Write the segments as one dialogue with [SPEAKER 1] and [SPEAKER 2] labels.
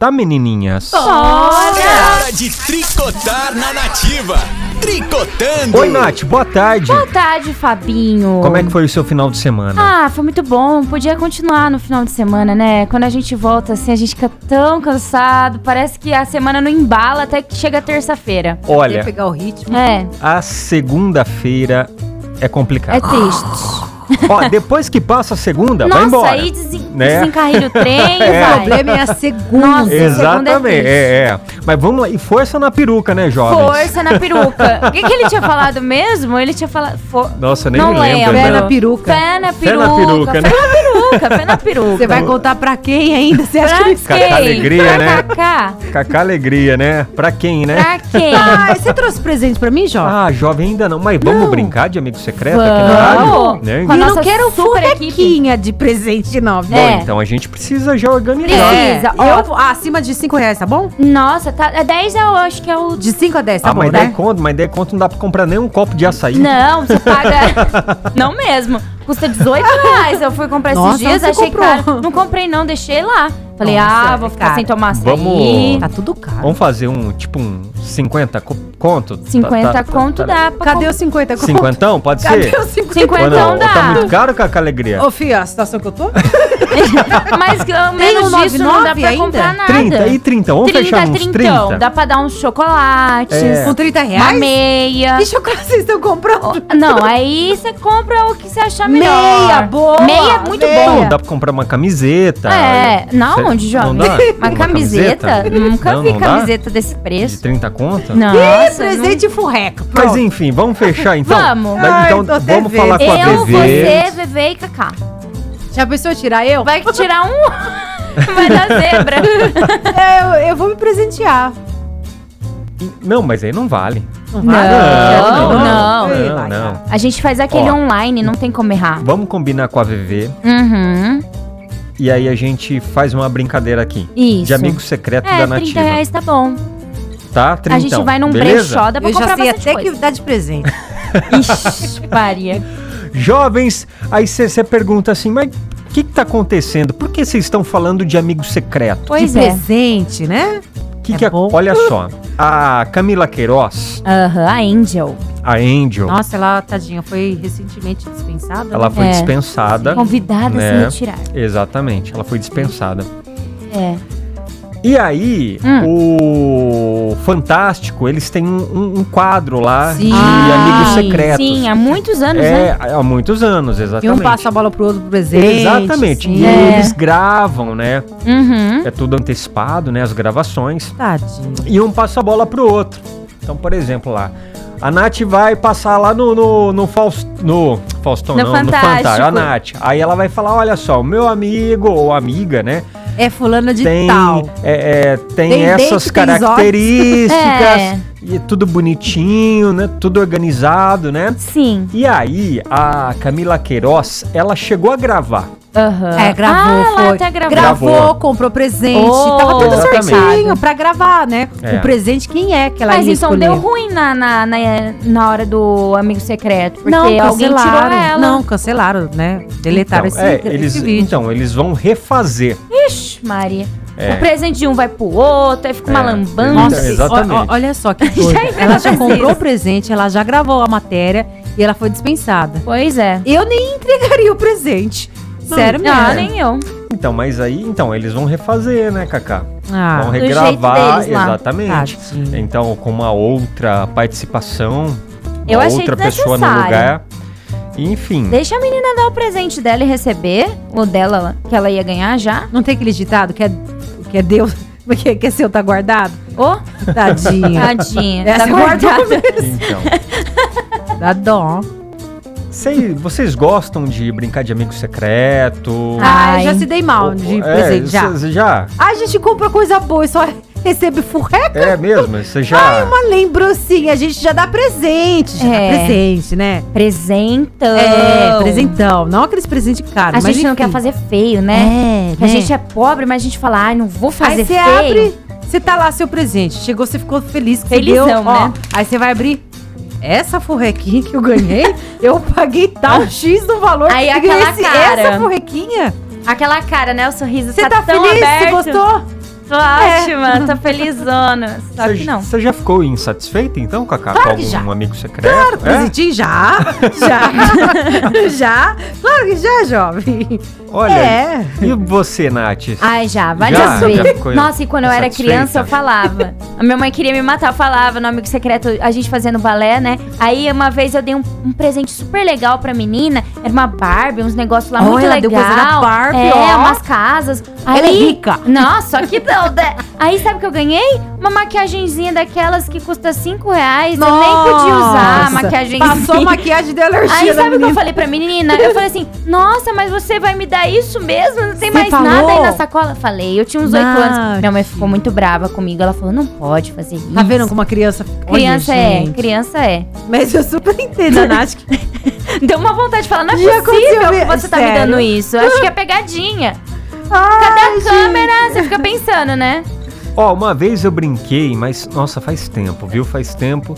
[SPEAKER 1] tricotar, menininhas?
[SPEAKER 2] Hora de tricotar na Nativa. Tricotando.
[SPEAKER 1] Oi, Nath, boa tarde.
[SPEAKER 3] Boa tarde, Fabinho.
[SPEAKER 1] Como é que foi o seu final de semana?
[SPEAKER 3] Ah, foi muito bom. Podia continuar no final de semana, né? Quando a gente volta assim, a gente fica tão cansado. Parece que a semana não embala até que chega terça-feira.
[SPEAKER 1] Olha,
[SPEAKER 4] pegar o ritmo.
[SPEAKER 3] É,
[SPEAKER 1] a segunda-feira é complicado.
[SPEAKER 3] é triste.
[SPEAKER 1] Ó, depois que passa a segunda, vai
[SPEAKER 3] Nossa,
[SPEAKER 1] embora.
[SPEAKER 3] aí
[SPEAKER 1] né?
[SPEAKER 3] desencarrilha o trem e
[SPEAKER 4] O
[SPEAKER 3] vai.
[SPEAKER 4] problema é a segunda.
[SPEAKER 3] Nossa,
[SPEAKER 1] Exatamente,
[SPEAKER 3] segunda
[SPEAKER 1] é. Mas vamos lá, e força na peruca, né, jovens?
[SPEAKER 3] Força na peruca. O que ele tinha falado mesmo? Ele tinha falado...
[SPEAKER 1] Nossa, eu nem
[SPEAKER 3] Não
[SPEAKER 1] me lembro.
[SPEAKER 3] lembro.
[SPEAKER 4] Pé
[SPEAKER 1] né?
[SPEAKER 4] na peruca.
[SPEAKER 3] Pé na
[SPEAKER 1] Fé na
[SPEAKER 3] peruca.
[SPEAKER 1] peruca, né?
[SPEAKER 3] Pé na peruca, pé na peruca.
[SPEAKER 4] Você vai contar pra quem ainda? Você acha
[SPEAKER 3] Pra
[SPEAKER 4] que eles...
[SPEAKER 3] quem?
[SPEAKER 1] Cacá alegria,
[SPEAKER 3] Pra
[SPEAKER 1] né?
[SPEAKER 3] Cacá?
[SPEAKER 1] Cacá alegria, né? Pra quem, né?
[SPEAKER 3] Pra quem?
[SPEAKER 4] Ah, você trouxe presente pra mim, Jó?
[SPEAKER 1] Ah, jovem ainda não. Mas vamos brincar de amigo secreto aqui na
[SPEAKER 3] Vamos.
[SPEAKER 1] rádio? Né?
[SPEAKER 3] Com a
[SPEAKER 4] E
[SPEAKER 3] nossa
[SPEAKER 4] não quero
[SPEAKER 3] super
[SPEAKER 4] furrequinha de presente, não.
[SPEAKER 1] Bom,
[SPEAKER 3] É.
[SPEAKER 1] então a gente precisa já organizar.
[SPEAKER 3] Precisa. Ó.
[SPEAKER 4] Acima de R$5, tá bom?
[SPEAKER 3] Nossa, tá, 10 eu acho que é o...
[SPEAKER 4] De 5 a 10, tá bom,
[SPEAKER 1] mas
[SPEAKER 4] né?
[SPEAKER 1] daí conta, não dá pra comprar nem um copo de açaí.
[SPEAKER 3] Não, você paga... Não mesmo. Custa R$18. Eu fui comprar esses
[SPEAKER 4] Nossa,
[SPEAKER 3] dias,
[SPEAKER 4] você
[SPEAKER 3] achei
[SPEAKER 4] comprou.
[SPEAKER 3] caro. Não comprei não, deixei lá. Falei,
[SPEAKER 4] Nossa,
[SPEAKER 3] vou
[SPEAKER 4] é
[SPEAKER 3] ficar
[SPEAKER 4] caro.
[SPEAKER 3] sem tomar açaí.
[SPEAKER 1] Vamos-
[SPEAKER 4] Tá tudo caro.
[SPEAKER 1] Vamos fazer um 50 conto?
[SPEAKER 3] 50 conto dá pra
[SPEAKER 4] Cadê os 50?
[SPEAKER 1] 50, pode
[SPEAKER 4] Cadê
[SPEAKER 1] ser?
[SPEAKER 4] os 50?
[SPEAKER 3] 50
[SPEAKER 1] Ou não?
[SPEAKER 3] dá.
[SPEAKER 1] Tá muito caro, Cacá Alegria?
[SPEAKER 4] Ô, filha, a situação que eu tô?
[SPEAKER 3] Mas menos
[SPEAKER 4] um
[SPEAKER 3] disso não dá
[SPEAKER 4] 99
[SPEAKER 3] pra
[SPEAKER 4] ainda?
[SPEAKER 3] comprar nada.
[SPEAKER 1] 30 e 30, vamos fechar uns 30?
[SPEAKER 3] Dá pra dar uns chocolates,
[SPEAKER 1] É.
[SPEAKER 4] Com 30
[SPEAKER 3] uma
[SPEAKER 4] reais?
[SPEAKER 3] meia.
[SPEAKER 4] Que chocolate vocês estão comprando?
[SPEAKER 3] Não, aí você compra o que você achar melhor.
[SPEAKER 4] Meia, boa.
[SPEAKER 3] Meia é muito
[SPEAKER 4] Meia.
[SPEAKER 1] Não,
[SPEAKER 3] boa.
[SPEAKER 1] dá pra comprar uma camiseta.
[SPEAKER 3] É, na
[SPEAKER 1] Cê-
[SPEAKER 3] onde, jovem?
[SPEAKER 1] Não dá?
[SPEAKER 3] Uma camiseta? Nunca
[SPEAKER 1] Não,
[SPEAKER 3] vi
[SPEAKER 1] não dá?
[SPEAKER 3] camiseta desse
[SPEAKER 1] De
[SPEAKER 3] preço.
[SPEAKER 1] 30 conto?
[SPEAKER 3] Nossa,
[SPEAKER 4] Presente furreco.
[SPEAKER 1] Mas
[SPEAKER 4] Pronto.
[SPEAKER 1] enfim, vamos fechar então?
[SPEAKER 3] Vamos.
[SPEAKER 4] Ai,
[SPEAKER 1] Então
[SPEAKER 4] tô até
[SPEAKER 1] vamos
[SPEAKER 4] vendo.
[SPEAKER 1] falar com a
[SPEAKER 3] eu,
[SPEAKER 1] VV.
[SPEAKER 3] você, VV e Cacá.
[SPEAKER 4] Já pensou em tirar eu?
[SPEAKER 3] Vai tirar um, vai dar zebra.
[SPEAKER 4] Eu vou me presentear.
[SPEAKER 1] Não, mas aí não vale.
[SPEAKER 4] Não
[SPEAKER 3] Não, não.
[SPEAKER 4] Ei,
[SPEAKER 1] Não,
[SPEAKER 4] vai,
[SPEAKER 1] não.
[SPEAKER 4] vai.
[SPEAKER 3] A gente faz aquele
[SPEAKER 1] Ó.
[SPEAKER 3] online, não tem como errar.
[SPEAKER 1] Vamos combinar com a VV
[SPEAKER 3] Uhum,
[SPEAKER 1] e aí a gente faz uma brincadeira aqui.
[SPEAKER 3] isso.
[SPEAKER 1] De amigo secreto da
[SPEAKER 3] 30
[SPEAKER 1] Nativa.
[SPEAKER 3] reais tá bom.
[SPEAKER 1] Tá? 30,
[SPEAKER 3] A gente vai num
[SPEAKER 1] beleza?
[SPEAKER 3] brechó, dá pra
[SPEAKER 4] Eu já
[SPEAKER 3] comprar
[SPEAKER 4] sei
[SPEAKER 3] bastante
[SPEAKER 4] até que
[SPEAKER 3] coisa.
[SPEAKER 4] dá de presente.
[SPEAKER 3] Ixi, Maria.
[SPEAKER 1] Jovens, aí você pergunta assim, mas o que tá acontecendo? Por que vocês estão falando de amigo secreto?
[SPEAKER 3] Pois
[SPEAKER 4] de
[SPEAKER 3] é.
[SPEAKER 4] presente, né?
[SPEAKER 1] Que
[SPEAKER 4] bom.
[SPEAKER 1] Olha só, a Camila Queiroz,
[SPEAKER 3] Aham, a Angel.
[SPEAKER 1] a Angel,
[SPEAKER 4] Nossa, ela, tadinha, foi recentemente dispensada.
[SPEAKER 1] ela foi
[SPEAKER 3] É.
[SPEAKER 1] dispensada.
[SPEAKER 3] Convidada a se
[SPEAKER 1] né?
[SPEAKER 3] retirar.
[SPEAKER 1] Exatamente, ela foi dispensada.
[SPEAKER 3] É.
[SPEAKER 1] E aí, o Fantástico, eles têm um quadro lá
[SPEAKER 4] Sim.
[SPEAKER 1] de amigos secretos.
[SPEAKER 3] Sim, há muitos anos, né?
[SPEAKER 1] Há muitos anos,
[SPEAKER 4] E
[SPEAKER 1] exatamente.
[SPEAKER 4] um passa a bola pro outro pro presente.
[SPEAKER 1] Exatamente.
[SPEAKER 4] sim.
[SPEAKER 1] E aí eles gravam, né?
[SPEAKER 3] Uhum.
[SPEAKER 1] É tudo antecipado, né? As gravações.
[SPEAKER 4] Tadinho.
[SPEAKER 1] E um passa a bola pro outro. Então, por exemplo, lá. A Nath vai passar lá no Faustão,
[SPEAKER 3] No
[SPEAKER 1] não,
[SPEAKER 3] Fantástico.
[SPEAKER 1] no Fantástico. A Nath. Aí ela vai falar, olha só, o meu amigo ou amiga, né?
[SPEAKER 4] É fulana de
[SPEAKER 1] Tem,
[SPEAKER 4] tal.
[SPEAKER 1] tem
[SPEAKER 4] Tem
[SPEAKER 1] essas
[SPEAKER 4] dente, tem
[SPEAKER 1] características.
[SPEAKER 3] É.
[SPEAKER 1] E tudo bonitinho, né? Tudo organizado, né?
[SPEAKER 3] Sim.
[SPEAKER 1] E aí, a Camila Queiroz, ela chegou a gravar.
[SPEAKER 3] Aham.
[SPEAKER 4] É, gravou,
[SPEAKER 3] ela
[SPEAKER 4] foi.
[SPEAKER 3] até gravou.
[SPEAKER 1] Gravou.
[SPEAKER 4] Comprou presente.
[SPEAKER 3] Oh,
[SPEAKER 4] tava tudo
[SPEAKER 1] exatamente.
[SPEAKER 4] certinho pra gravar, né?
[SPEAKER 1] É.
[SPEAKER 4] O presente, quem é que ela
[SPEAKER 3] Mas
[SPEAKER 4] ia
[SPEAKER 3] então
[SPEAKER 4] escolher?
[SPEAKER 3] deu ruim na hora do amigo secreto. Porque
[SPEAKER 4] Não,
[SPEAKER 3] alguém tirou
[SPEAKER 4] cancelaram.
[SPEAKER 3] ela.
[SPEAKER 4] Não, cancelaram, né? Deletaram
[SPEAKER 1] Então,
[SPEAKER 4] esse vídeo.
[SPEAKER 1] Então, eles vão refazer.
[SPEAKER 3] Ixi, Maria.
[SPEAKER 1] É.
[SPEAKER 3] O presente de um vai pro outro, aí fica uma
[SPEAKER 1] É.
[SPEAKER 3] lambança.
[SPEAKER 1] Nossa, exatamente.
[SPEAKER 4] Olha só que doido. Ela já comprou o presente, ela já gravou a matéria e ela foi dispensada.
[SPEAKER 3] Pois é.
[SPEAKER 4] Eu nem entregaria o presente. Sério mesmo.
[SPEAKER 3] Ah, nem eu.
[SPEAKER 1] Então, mas aí, eles vão refazer, né, Cacá?
[SPEAKER 4] Ah,
[SPEAKER 1] Vão
[SPEAKER 3] do jeito
[SPEAKER 1] regravar,
[SPEAKER 3] deles lá.
[SPEAKER 1] exatamente.
[SPEAKER 4] Tadinho.
[SPEAKER 1] Então, com uma outra participação,
[SPEAKER 3] Eu
[SPEAKER 1] uma
[SPEAKER 3] achei
[SPEAKER 1] outra pessoa no
[SPEAKER 3] desnecessário.
[SPEAKER 1] lugar. Enfim.
[SPEAKER 3] Deixa a menina dar o presente dela e receber o dela, que ela ia ganhar já.
[SPEAKER 4] Não tem aquele ditado que é Deus, que é seu tá guardado?
[SPEAKER 3] Ô,
[SPEAKER 4] Tadinha.
[SPEAKER 3] tadinha.
[SPEAKER 4] Essa
[SPEAKER 3] Tá
[SPEAKER 4] guardou
[SPEAKER 3] guardada.
[SPEAKER 1] Então.
[SPEAKER 4] Dá dó.
[SPEAKER 1] Vocês gostam de brincar de amigo secreto?
[SPEAKER 3] Ai.
[SPEAKER 4] Já se dei mal de presente, já.
[SPEAKER 1] Você já?
[SPEAKER 4] A gente compra coisa boa e só recebe furreca.
[SPEAKER 1] É mesmo? Você já...
[SPEAKER 4] Ai, uma lembrancinha. A gente já dá presente. Já dá presente, né?
[SPEAKER 3] Presentão.
[SPEAKER 4] É, presentão. Não aqueles presentes caros.
[SPEAKER 3] A
[SPEAKER 4] mas
[SPEAKER 3] gente não
[SPEAKER 4] enfim.
[SPEAKER 3] quer fazer feio, né?
[SPEAKER 4] É,
[SPEAKER 3] Que a gente é pobre, mas a gente fala, ai, não vou fazer
[SPEAKER 4] Aí você
[SPEAKER 3] feio.
[SPEAKER 4] abre, você tá lá seu presente. Chegou, você ficou feliz que
[SPEAKER 3] Felizão,
[SPEAKER 4] você deu. Ó,
[SPEAKER 3] né?
[SPEAKER 4] aí você vai abrir. Essa furrequinha que eu ganhei, eu paguei tal X do valor.
[SPEAKER 3] Aí
[SPEAKER 4] e
[SPEAKER 3] aquela
[SPEAKER 4] ganhei
[SPEAKER 3] cara.
[SPEAKER 4] Essa furrequinha,
[SPEAKER 3] Aquela cara, né? O sorriso
[SPEAKER 4] você
[SPEAKER 3] tá
[SPEAKER 4] tá
[SPEAKER 3] tão
[SPEAKER 4] feliz?
[SPEAKER 3] aberto.
[SPEAKER 4] Você gostou?
[SPEAKER 3] Tô ótima, tô felizona. Só que não.
[SPEAKER 1] Você já ficou insatisfeita, então, Cacá?
[SPEAKER 4] Claro
[SPEAKER 1] com
[SPEAKER 4] que
[SPEAKER 1] algum
[SPEAKER 4] já.
[SPEAKER 1] amigo secreto?
[SPEAKER 4] Claro, presentinho já. Já. Claro que já, jovem.
[SPEAKER 1] Olha, e você, Nath?
[SPEAKER 3] Ai, já, várias
[SPEAKER 1] Já
[SPEAKER 3] vezes.
[SPEAKER 1] ficou
[SPEAKER 3] Nossa, e quando eu era
[SPEAKER 1] insatisfeita?
[SPEAKER 3] criança, eu falava. A minha mãe queria me matar, eu falava no amigo secreto, a gente fazendo balé, né? Aí, uma vez eu dei um presente super legal pra menina. Era uma Barbie, uns negócios lá
[SPEAKER 4] Oh,
[SPEAKER 3] muito
[SPEAKER 4] ela
[SPEAKER 3] legal.
[SPEAKER 4] deu coisa da Barbie, ó.
[SPEAKER 3] umas casas. Aí,
[SPEAKER 4] Ela é rica.
[SPEAKER 3] Nossa, só que não. Aí, sabe o que eu ganhei? Uma maquiagenzinha daquelas que custa R$5. Eu nem podia usar a maquiagenzinha.
[SPEAKER 4] Passou maquiagem de alergia.
[SPEAKER 3] Aí
[SPEAKER 4] da
[SPEAKER 3] sabe o que eu
[SPEAKER 4] menina.
[SPEAKER 3] falei pra menina? Eu falei assim, nossa, mas você vai me dar isso mesmo? Não tem
[SPEAKER 4] Você
[SPEAKER 3] mais
[SPEAKER 4] falou?
[SPEAKER 3] nada aí na sacola? Falei, eu tinha uns 8
[SPEAKER 4] Nath.
[SPEAKER 3] anos. Minha mãe ficou muito brava comigo. Ela falou, não pode fazer isso.
[SPEAKER 4] Tá vendo como uma criança...
[SPEAKER 3] Criança
[SPEAKER 4] Olha,
[SPEAKER 3] é,
[SPEAKER 4] gente.
[SPEAKER 3] criança é.
[SPEAKER 4] Mas eu super entendo, a Nath.
[SPEAKER 3] Deu uma vontade de falar, não é
[SPEAKER 4] Já
[SPEAKER 3] possível
[SPEAKER 4] aconteceu,
[SPEAKER 3] que você tá me
[SPEAKER 4] sério?
[SPEAKER 3] dando isso. Eu acho que é pegadinha.
[SPEAKER 4] Cadê
[SPEAKER 3] Cadê a câmera? Você fica pensando, né?
[SPEAKER 1] Ó, uma vez eu brinquei, mas, nossa, faz tempo, viu? Faz tempo.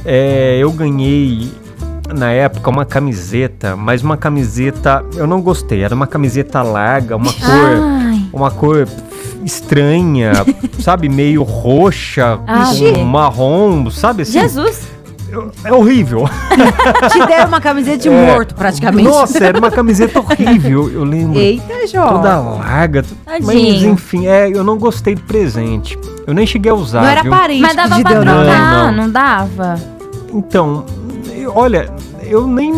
[SPEAKER 1] Eu ganhei, na época, uma camiseta, mas uma camiseta, eu não gostei. Era uma camiseta larga,
[SPEAKER 3] Ai.
[SPEAKER 1] uma cor estranha, sabe? Meio roxa,
[SPEAKER 3] Ai.
[SPEAKER 1] com marrom, sabe assim?
[SPEAKER 3] Jesus.
[SPEAKER 1] É horrível.
[SPEAKER 4] Te deram uma camiseta de morto, praticamente.
[SPEAKER 1] Nossa, era uma camiseta horrível, eu lembro.
[SPEAKER 4] Eita, Jó.
[SPEAKER 1] Toda larga. Mas,
[SPEAKER 3] Tadinho.
[SPEAKER 1] enfim, eu não gostei do presente. Eu nem cheguei a usar,
[SPEAKER 4] Não era
[SPEAKER 1] viu?
[SPEAKER 4] parente
[SPEAKER 3] Mas
[SPEAKER 4] que
[SPEAKER 3] dava
[SPEAKER 4] te
[SPEAKER 3] pra
[SPEAKER 4] deu, não.
[SPEAKER 3] trocar,
[SPEAKER 1] Não.
[SPEAKER 3] não dava?
[SPEAKER 1] Então, olha, eu nem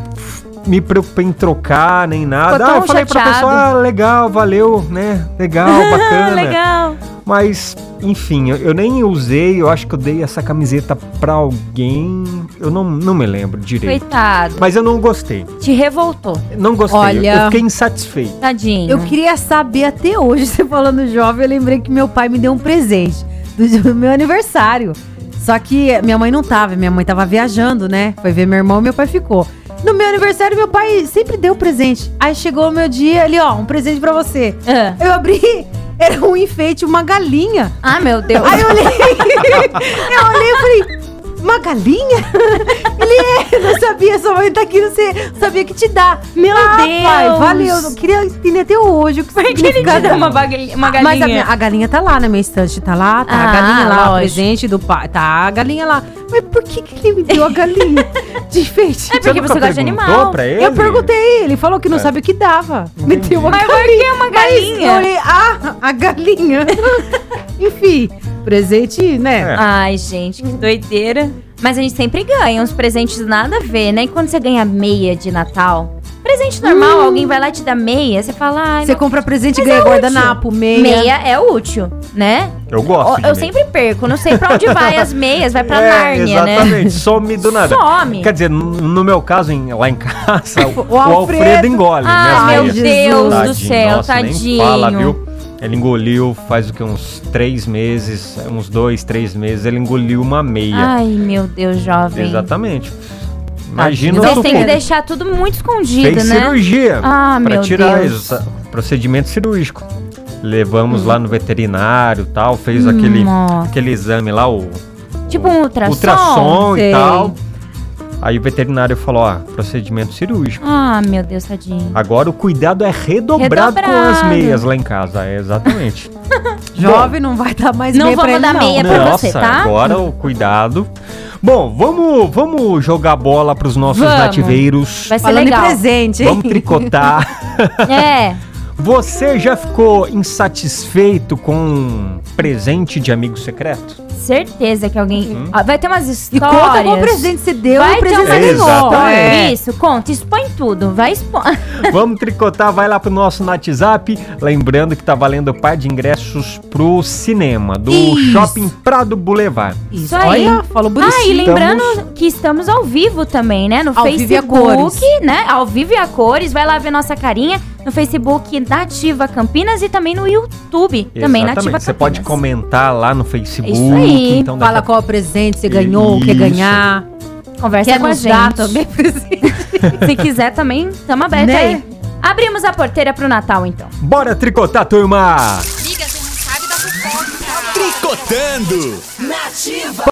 [SPEAKER 1] me preocupei em trocar, nem nada.
[SPEAKER 3] Ficou tão
[SPEAKER 1] Eu falei pra
[SPEAKER 3] chateado.
[SPEAKER 1] pessoa, legal, valeu, né? Legal, bacana.
[SPEAKER 3] Legal.
[SPEAKER 1] Mas, enfim, eu nem usei, eu acho que eu dei essa camiseta pra alguém, eu não me lembro direito.
[SPEAKER 3] Coitado.
[SPEAKER 1] Mas eu não gostei,
[SPEAKER 3] Te revoltou.
[SPEAKER 1] não gostei,
[SPEAKER 4] Olha-
[SPEAKER 1] eu fiquei insatisfeito.
[SPEAKER 3] Tadinho.
[SPEAKER 4] Eu queria saber até hoje, você falando jovem, eu lembrei que meu pai me deu um presente do meu aniversário. Só que minha mãe não tava, minha mãe tava viajando, né? Foi ver meu irmão e meu pai ficou. No meu aniversário, meu pai sempre deu presente. Aí chegou o meu dia, ali, ó, um presente pra você.
[SPEAKER 3] Ah.
[SPEAKER 4] Eu abri, era um enfeite, uma galinha.
[SPEAKER 3] Ah, meu Deus.
[SPEAKER 4] Aí eu olhei e falei, uma galinha? Ele não sabia, sua mãe tá aqui, você sabia que te dá.
[SPEAKER 3] Meu Deus.
[SPEAKER 4] Pai, valeu, eu não queria entender até hoje o que
[SPEAKER 3] Por que ele te dá uma galinha?
[SPEAKER 4] Mas a galinha tá lá na minha estante, tá lá, tá
[SPEAKER 3] Ah,
[SPEAKER 4] a galinha lá, o
[SPEAKER 3] lógico.
[SPEAKER 4] presente do pai, tá a galinha lá. Mas por que ele me deu a galinha de enfeite?
[SPEAKER 3] É porque
[SPEAKER 1] nunca
[SPEAKER 3] você gosta de
[SPEAKER 1] perguntou
[SPEAKER 3] animal.
[SPEAKER 1] pra ele?
[SPEAKER 4] Eu perguntei, ele falou que não sabe o que dava. Me deu uma
[SPEAKER 3] Mas por
[SPEAKER 4] galinha.
[SPEAKER 3] que uma
[SPEAKER 4] Eu
[SPEAKER 3] galinha?
[SPEAKER 4] olhei, a galinha. Enfim, presente, né?
[SPEAKER 1] É.
[SPEAKER 3] Ai, gente, que doideira. Mas a gente sempre ganha uns presentes nada a ver, né? E quando você ganha meia de Natal, presente normal, alguém vai lá e te dá meia, você fala, ai,
[SPEAKER 4] Você
[SPEAKER 3] não.
[SPEAKER 4] compra presente e
[SPEAKER 3] Mas
[SPEAKER 4] ganha
[SPEAKER 3] é
[SPEAKER 4] guardanapo, meia.
[SPEAKER 3] Meia é útil, né?
[SPEAKER 1] Eu gosto de
[SPEAKER 3] Eu
[SPEAKER 1] meia.
[SPEAKER 3] sempre perco, não sei pra onde vai as meias, vai pra Nárnia, né?
[SPEAKER 1] Exatamente, some do nada.
[SPEAKER 3] Some.
[SPEAKER 1] Quer dizer, no meu caso, lá em casa, o
[SPEAKER 4] Alfredo-
[SPEAKER 1] Alfredo engole,
[SPEAKER 3] Ai,
[SPEAKER 1] né?
[SPEAKER 3] meu
[SPEAKER 1] meias.
[SPEAKER 3] Deus do
[SPEAKER 1] Tadinho,
[SPEAKER 3] céu,
[SPEAKER 1] nossa, nem
[SPEAKER 3] tadinho.
[SPEAKER 1] fala, viu? Ele engoliu faz o que, uns 3 meses, uns 2, 3 meses, ele engoliu uma meia.
[SPEAKER 3] Ai, meu Deus, jovem.
[SPEAKER 1] Exatamente. Imagina
[SPEAKER 3] Vocês
[SPEAKER 1] o
[SPEAKER 3] têm que
[SPEAKER 1] sufoco.
[SPEAKER 3] deixar tudo muito escondido,
[SPEAKER 1] Fez
[SPEAKER 3] né?
[SPEAKER 1] cirurgia
[SPEAKER 3] Ah,
[SPEAKER 1] pra
[SPEAKER 3] meu
[SPEAKER 1] tirar
[SPEAKER 3] Deus.
[SPEAKER 1] esse procedimento cirúrgico. Levamos lá no veterinário e tal, fez aquele
[SPEAKER 3] Nossa.
[SPEAKER 1] exame lá, o
[SPEAKER 3] Tipo um ultrassom.
[SPEAKER 1] ultrassom
[SPEAKER 4] sei.
[SPEAKER 1] e tal. Aí o veterinário falou, ó, procedimento cirúrgico.
[SPEAKER 3] Ah, meu Deus, tadinho.
[SPEAKER 1] Agora o cuidado é redobrado com as
[SPEAKER 3] Redobrado.
[SPEAKER 1] meias lá em casa, exatamente.
[SPEAKER 4] Jovem não vai dar mais
[SPEAKER 3] Não
[SPEAKER 4] meia pra
[SPEAKER 3] vamos
[SPEAKER 4] ele,
[SPEAKER 3] dar meia pra
[SPEAKER 1] Nossa,
[SPEAKER 3] você, tá?
[SPEAKER 1] agora o cuidado. Bom, vamos jogar bola pros nossos
[SPEAKER 3] Vamos.
[SPEAKER 1] nativeiros.
[SPEAKER 3] Vai ser
[SPEAKER 4] Falando
[SPEAKER 3] legal.
[SPEAKER 4] em presente, hein?
[SPEAKER 1] Vamos tricotar.
[SPEAKER 3] É.
[SPEAKER 1] Você já ficou insatisfeito com um presente de amigo secreto?
[SPEAKER 3] Certeza que alguém... Ó, vai ter umas
[SPEAKER 4] E
[SPEAKER 3] histórias.
[SPEAKER 4] conta qual presente você deu e
[SPEAKER 3] Vai
[SPEAKER 4] o
[SPEAKER 3] ter
[SPEAKER 4] presente
[SPEAKER 3] uma
[SPEAKER 4] você ganhou.
[SPEAKER 1] Exatamente.
[SPEAKER 4] É.
[SPEAKER 3] Isso, conta, expõe tudo. Vai expor.
[SPEAKER 1] Vamos tricotar, vai lá pro nosso WhatsApp. Lembrando que tá valendo par de ingressos pro cinema do
[SPEAKER 4] Isso.
[SPEAKER 1] Shopping Prado Boulevard.
[SPEAKER 3] Isso aí.
[SPEAKER 4] Olha, falou bonitinho.
[SPEAKER 3] Ah, e lembrando que estamos ao vivo também, né? No
[SPEAKER 4] Ao vivo e a
[SPEAKER 3] Facebook,
[SPEAKER 4] cores.
[SPEAKER 3] né? Ao vivo e a cores. Vai lá ver nossa carinha no Facebook Nativa Campinas e também no YouTube. Também Nativa Campinas.
[SPEAKER 1] Você pode comentar lá no Facebook.
[SPEAKER 3] Isso aí.
[SPEAKER 1] Então daqui
[SPEAKER 4] Fala
[SPEAKER 1] a-
[SPEAKER 4] qual presente você ganhou, quer
[SPEAKER 1] Isso.
[SPEAKER 4] ganhar.
[SPEAKER 3] Conversa
[SPEAKER 4] Quer
[SPEAKER 3] com a
[SPEAKER 4] nos dar
[SPEAKER 3] gente.
[SPEAKER 4] também presente.
[SPEAKER 3] Se quiser também, estamos abertos
[SPEAKER 4] Né?
[SPEAKER 3] aí. Abrimos a porteira pro Natal, então.
[SPEAKER 1] Bora tricotar, turma!
[SPEAKER 2] Tricotando.